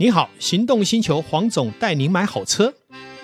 你好，行动星球黄总带您买好车。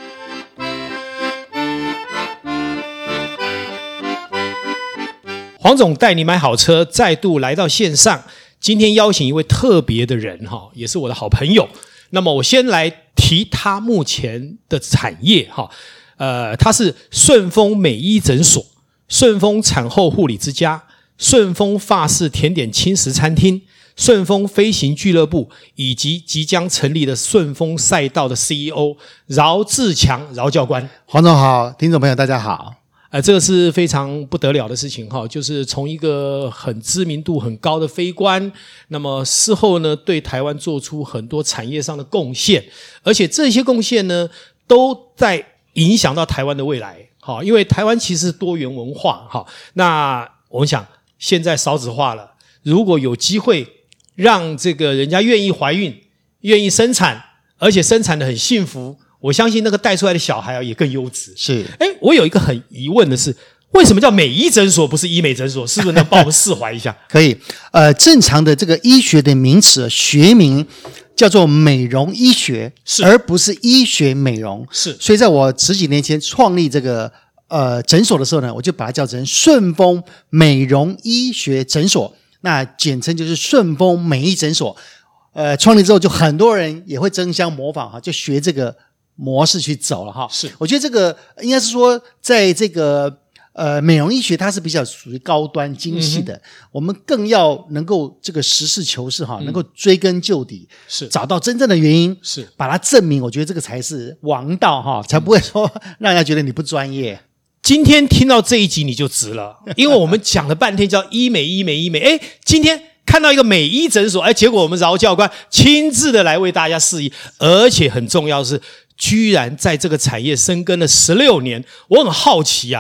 黄总带你买好车再度来到线上，今天邀请一位特别的人，也是我的好朋友。那么我先来提他目前的产业，他是顺丰美医诊所、顺丰产后护理之家、顺丰法式甜点轻食餐厅、顺丰飞行俱乐部，以及即将成立的顺丰赛道的 CEO 饶志强饶教官。 黄总好，听众朋友大家好。 这个是非常不得了的事情就是从一个很知名度很高的飞官，那么事后呢对台湾做出很多产业上的贡献，而且这些贡献呢都在影响到台湾的未来。因为台湾其实多元文化，那我们想现在少子化了，如果有机会让这个人家愿意怀孕、愿意生产，而且生产得很幸福，我相信那个带出来的小孩也更优质。 是， 我有一个很疑问的是，为什么叫美医诊所不是医美诊所？是不是能帮我们释怀一下？ 可以，正常的这个医学的名词学名叫做美容医学，而不是医学美容。 是， 所以在我10几年前创立这个诊所的时候呢，我就把它叫成顺丰美容医学诊所，那简称就是顺丰美医诊所。创立之后就很多人也会争相模仿就学这个模式去走了是， 我觉得这个应该是说在这个美容医学它是比较属于高端精细的，我们更要能够这个实事求是能够追根究底， 是找到真正的原因， 是把它证明，我觉得这个才是王道才不会说让人家觉得你不专业。 今天听到这一集你就值了，因为我们讲了半天叫医美医美医美，今天看到一个美医诊所，结果我们饶教官亲自的来为大家示意，而且很重要的是居然在这个产业深耕了16年。我很好奇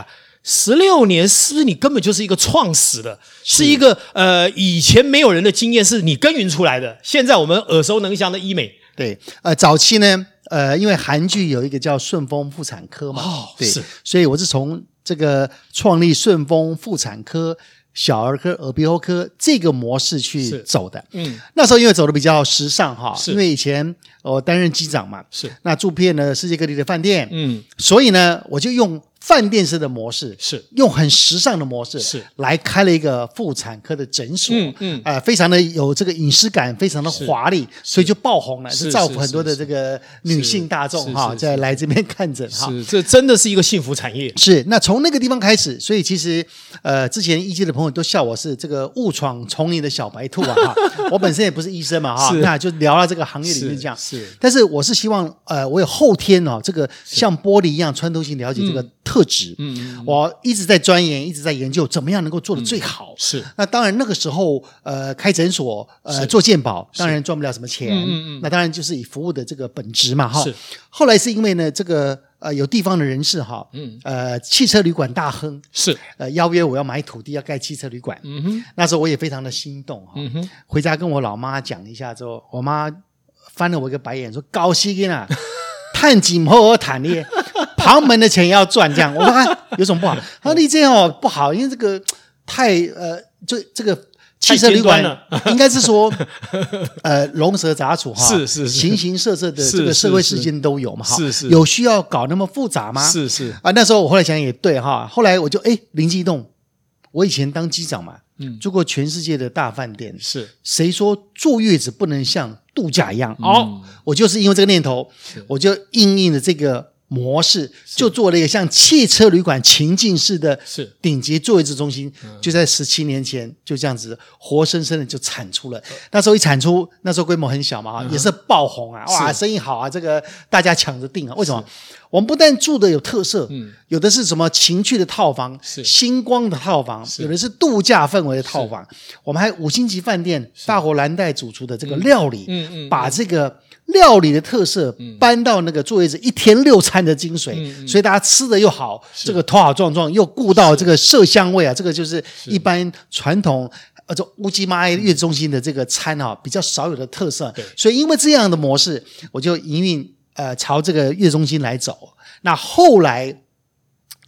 16年是不是你根本就是一个创始的，是一个以前没有人的经验是你耕耘出来的，现在我们耳熟能详的医美。 对，早期呢因为韩剧有一个叫顺丰妇产科嘛，对， 是， 所以我是从这个创立顺丰妇产科、小儿科、耳鼻喉科这个模式去走的。那时候因为走的比较时尚因为以前我担任机长嘛， 是， 那住遍了世界各地的饭店，所以呢我就用饭店式的模式， 是用很时尚的模式， 是来开了一个妇产科的诊所，非常的有这个隐私感，非常的华丽，所以就爆红了，是造福很多的这个女性大众在来这边看诊是，这真的是一个幸福产业。 是，那从那个地方开始，所以其实之前医界的朋友都笑我是这个误闯丛林的小白兔我本身也不是医生嘛那就聊到这个行业里面这样。 是， 但是我是希望我有后天这个像玻璃一样穿透性了解这个特质，我一直在钻研，一直在研究怎么样能够做得最好。 是， 那当然那个时候开诊所做健保，当然赚不了什么钱，那当然就是以服务的这个本质嘛是。 后来是因为呢这个有地方的人士汽车旅馆大亨是邀约我要买土地要盖汽车旅馆，那时候我也非常的心动回家跟我老妈讲一下之后，我妈翻了我一个白眼说高兴啊探井后而谈咧旁门的钱要赚这样。我说有什么不好？他说你这样不好，因为这个太这个汽车旅馆应该是说龙蛇杂处是形形色色的这个社会事件都有嘛是有需要搞那么复杂吗？ 是那时候我后来想也对后来我就灵机一动，我以前当机长嘛住过全世界的大饭店， 是谁说坐月子不能像度假一样我就是因为这个念头，我就因应了这个模式，就做了一个像汽车旅馆情境式的顶级坐月子中心，就在17年前就这样子活生生的就产出了。那时候一产出，那时候规模很小嘛也是爆红哇生意好这个大家抢着订为什么？我们不但住的有特色有的是什么情趣的套房，星光的套房，有的是度假氛围的套房，我们还5星级饭店大火蓝带主厨的这个料理把这个料理的特色搬到那个坐月子1天6餐的精髓所以大家吃的又好，这个头好壮壮，又顾到这个麝香味这个就是一般传统乌鸡妈月子中心的这个餐比较少有的特色。所以因为这样的模式，我就营运朝这个月子中心来走。那后来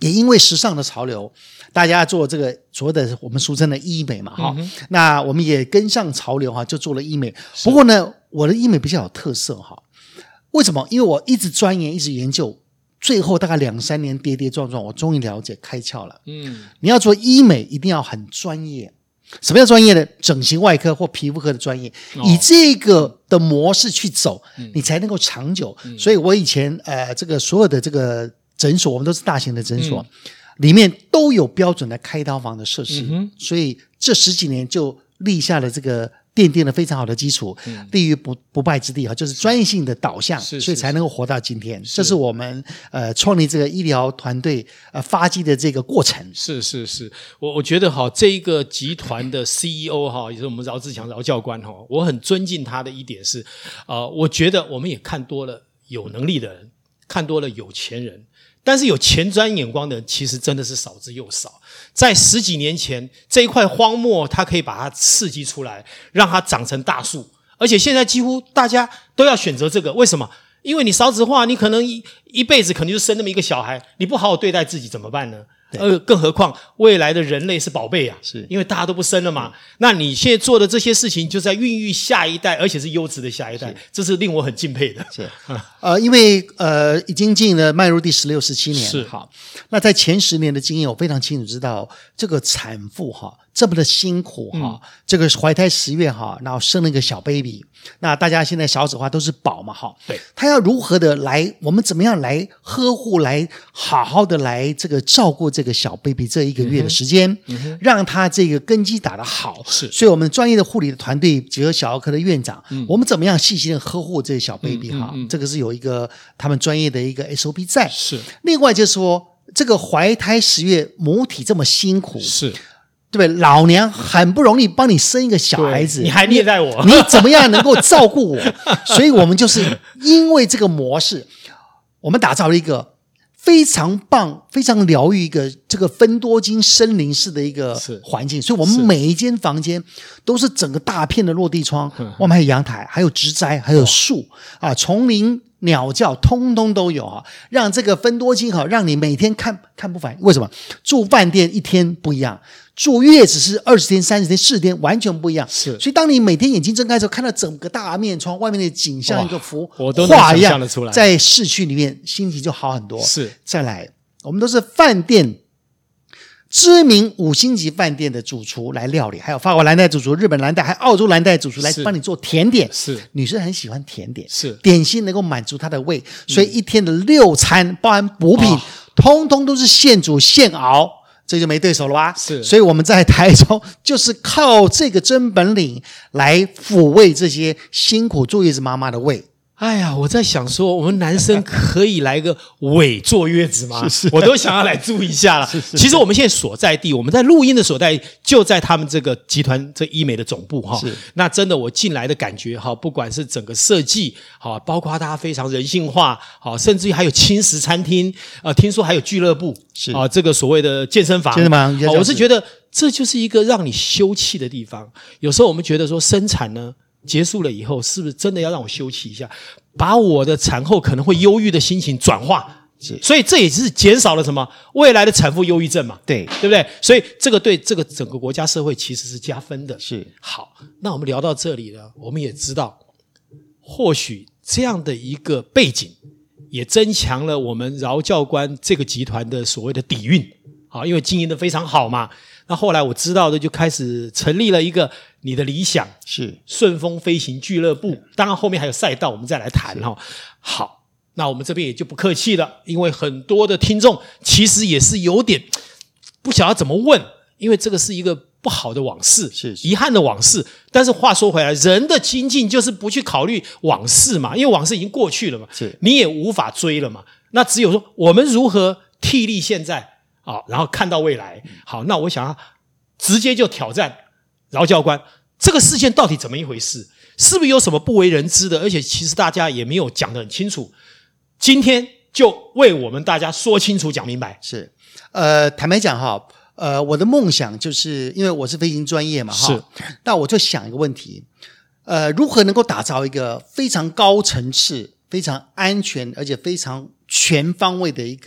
也因为时尚的潮流，大家做这个所谓的我们俗称的医美嘛，那我们也跟上潮流就做了医美。不过呢，我的医美比较有特色为什么？因为我一直钻研，一直研究，最后大概2-3年跌跌撞撞，我终于了解开窍了。你要做医美一定要很专业。什么叫专业呢？整形外科或皮肤科的专业，以这个的模式去走，你才能够长久。所以我以前这个所有的这个诊所，我们都是大型的诊所，里面都有标准的开刀房的设施，所以这10几年就立下了这个奠定了非常好的基础，立于不败之地就是专业性的导向，所以才能够活到今天。这是我们创立这个医疗团队发迹的这个过程。 是，我觉得这一个集团的 CEO 也是我们饶志强饶教官我很尊敬他的一点是，我觉得我们也看多了有能力的人，看多了有钱人。但是有前瞻眼光的人其实真的是少之又少。在10几年前，这一块荒漠他可以把它刺激出来，让它长成大树，而且现在几乎大家都要选择这个。为什么？因为你少子化，你可能一辈子可能就生那么一个小孩，你不好好对待自己怎么办呢？更何况未来的人类是宝贝是因为大家都不生了嘛。那你现在做的这些事情就在孕育下一代，而且是优质的下一代，这是令我很敬佩的。 是因为已经迈入第16、17年了。好，那在前10年的经验，我非常清楚知道这个产妇这么的辛苦这个怀胎10月然后生了一个小 baby， 那大家现在少子化都是宝嘛对，他要如何的来，我们怎么样来呵护，来好好的来这个照顾这个小 baby 这1个月的时间，让他这个根基打得好。所以我们专业的护理的团队结合小儿科的院长，我们怎么样细心的呵护这个小 baby 这个是有一个他们专业的一个 SOP 在。另外就是说，这个怀胎10月母体这么辛苦，对不对？老娘很不容易帮你生一个小孩子， 你还虐待我， 你怎么样能够照顾我？所以我们就是因为这个模式，我们打造了一个非常棒、非常疗愈一个这个芬多精森林式的一个环境。所以我们每一间房间都是整个大片的落地窗，外面还有阳台，还有植栽，还有树丛林。鸟叫通通都有让这个芬多精让你每天看不烦。为什么？住饭店1天不一样，住月子是20天、30天、4天，完全不一样。所以当你每天眼睛睁开的时候，看到整个大面窗外面的景像一个幅画一样，在市区里面心情就好很多。再来，我们都是饭店知名5星级饭店的主厨来料理，还有法国蓝带主厨、日本蓝带还有澳洲蓝带主厨来帮你做甜点。女生很喜欢甜点，点心能够满足她的胃，所以1天的6餐包含补品，通通都是现煮现熬，这就没对手了吧？所以我们在台中就是靠这个真本领来抚慰这些辛苦坐月子妈妈的胃。 哎呀，我在想说，我们男生可以来个伪坐月子吗？我都想要来住一下了。其实我们现在所在地，我们在录音的所在地就在他们这个集团这医美的总部那真的我进来的感觉不管是整个设计包括它非常人性化甚至于还有轻食餐厅听说还有俱乐部这个所谓的健身房。我是觉得这就是一个让你休憩的地方。有时候我们觉得说生产呢结束了以后，是不是真的要让我休息一下，把我的产后可能会忧郁的心情转化？所以这也是减少了什么未来的产妇忧郁症嘛？对不对？所以这个对这个整个国家社会其实是加分的。好，那我们聊到这里呢，我们也知道，或许这样的一个背景也增强了我们饶教官这个集团的所谓的底蕴因为经营的非常好嘛。那后来我知道的就开始成立了一个你的理想是顺风飞行俱乐部，当然后面还有赛道我们再来谈好，那我们这边也就不客气了，因为很多的听众其实也是有点不晓得怎么问，因为这个是一个不好的往事，遗憾的往事。但是话说回来，人的精进就是不去考虑往事嘛，因为往事已经过去了嘛，你也无法追了嘛。那只有说我们如何替力现在然后看到未来。好，那我想要直接就挑战饶教官，这个事件到底怎么一回事？是不是有什么不为人知的？而且其实大家也没有讲得很清楚。今天就为我们大家说清楚讲明白。 坦白讲我的梦想就是因为我是飞行专业嘛那我就想一个问题，如何能够打造一个非常高层次、非常安全而且非常全方位的一个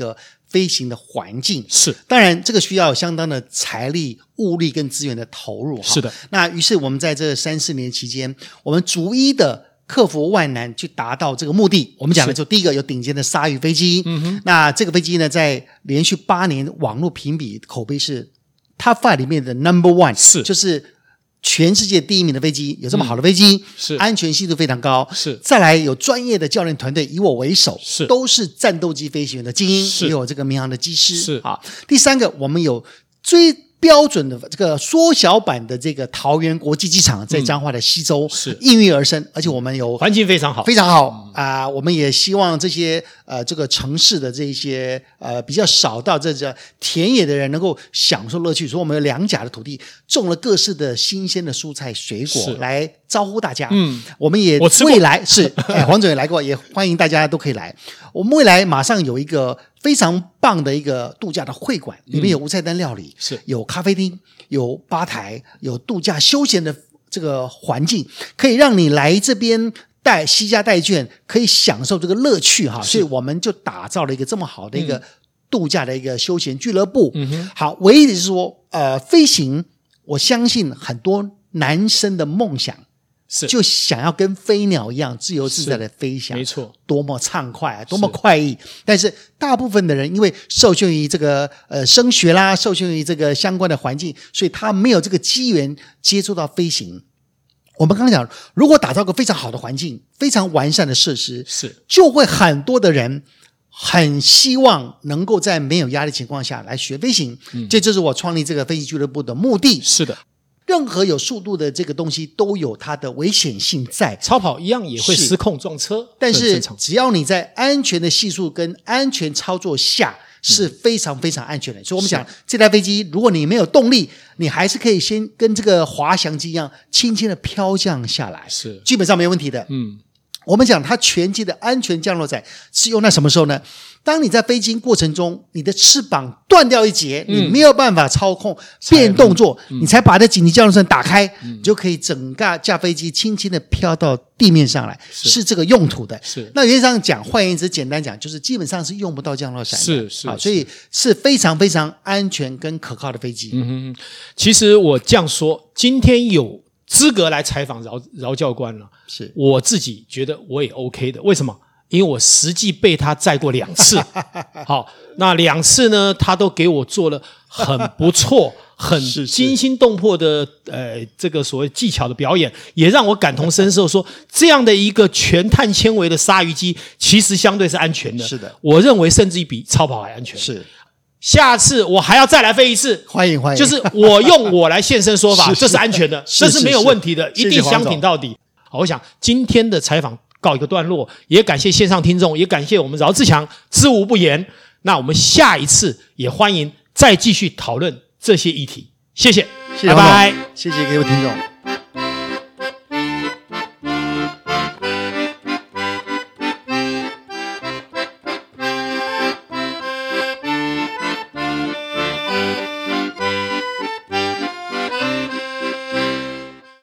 飞行的环境。 是， 当然这个需要有相当的财力、物力跟资源的投入。 是的。 那于是我们在这3-4年期间，我们逐一的克服万难去达到这个目的。我们讲的就第一个有顶尖的鲨鱼飞机，那这个飞机呢，在连续8年网络评比口碑是 Top 5里面的 No.1， 是， 就是全世界第1名的飞机，有这么好的飞机， 是安全系数非常高， 是， 再来有专业的教练团队，以我为首， 是， 都是战斗机飞行员的精英， 是， 也有这个民航的机师， 是啊。第3个，我们有最标准的这个缩小版的这个桃园国际机场，在彰化的溪州是应运而生，而且我们有环境非常好， 非常好啊、我们也希望这些这个城市的这些比较少到这田野的人能够享受乐趣，所以我们有2甲的土地，种了各式的新鲜的蔬菜水果来招呼大家。我们也未来是黄总也来过，也欢迎大家都可以来。我们未来马上有一个非常棒的一个度假的会馆，里面有无菜单料理， 是有咖啡厅，有吧台，有度假休闲的这个环境，可以让你来这边惜家带眷，可以享受这个乐趣哈。所以我们就打造了一个这么好的一个度假的一个休闲俱乐部。好，唯一的是说飞行，我相信很多男生的梦想是就想要跟飞鸟一样自由自在的飞翔， 没错， 多么畅快啊，多么快意。但是大部分的人因为受限于这个升学啦，受限于这个相关的环境，所以他没有这个机缘接触到飞行。我们刚刚讲，如果打造个非常好的环境，非常完善的设施， 是就会很多的人很希望能够在没有压力情况下来学飞行。这就是我创立这个飞行俱乐部的目的。 是的。 任何有速度的这个东西都有它的危险性在， 超跑一样也会失控撞车， 但是只要你在安全的系数跟安全操作下是非常非常安全的。所以我们讲这台飞机，如果你没有动力，你还是可以先跟这个滑翔机一样轻轻的飘降下来， 是基本上没问题的。我们讲它全机的安全降落载是用在什么时候呢？当你在飞行过程中，你的翅膀断掉一截，你没有办法操控变动作，你才把这紧急降落伞打开，你就可以整架飞机轻轻的飘到地面上来，是这个用途的。 是那原则上讲，换言之，简单讲，就是基本上是用不到降落伞的， 是所以是非常非常安全跟可靠的飞机。 其实我这样说，今天有资格来采访饶教官了， 是我自己觉得我也 OK 的。为什么？因为我实际被他载过2次，好，那2次呢，他都给我做了很不错、很惊心动魄的这个所谓技巧的表演，也让我感同身受说，这样的一个全碳纤维的鲨鱼机，其实相对是安全的。 是的， 我认为甚至比超跑还安全。 是。 下次我还要再来飞一次， 欢迎欢迎。 就是我用我来现身说法，这是安全的，这是没有问题的，一定相挺到底。好，我想今天的采访告一个段落，也感谢线上听众，也感谢我们饶志强知无不言。那我们下一次也欢迎再继续讨论这些议题。谢谢， 拜拜，谢谢各位听众。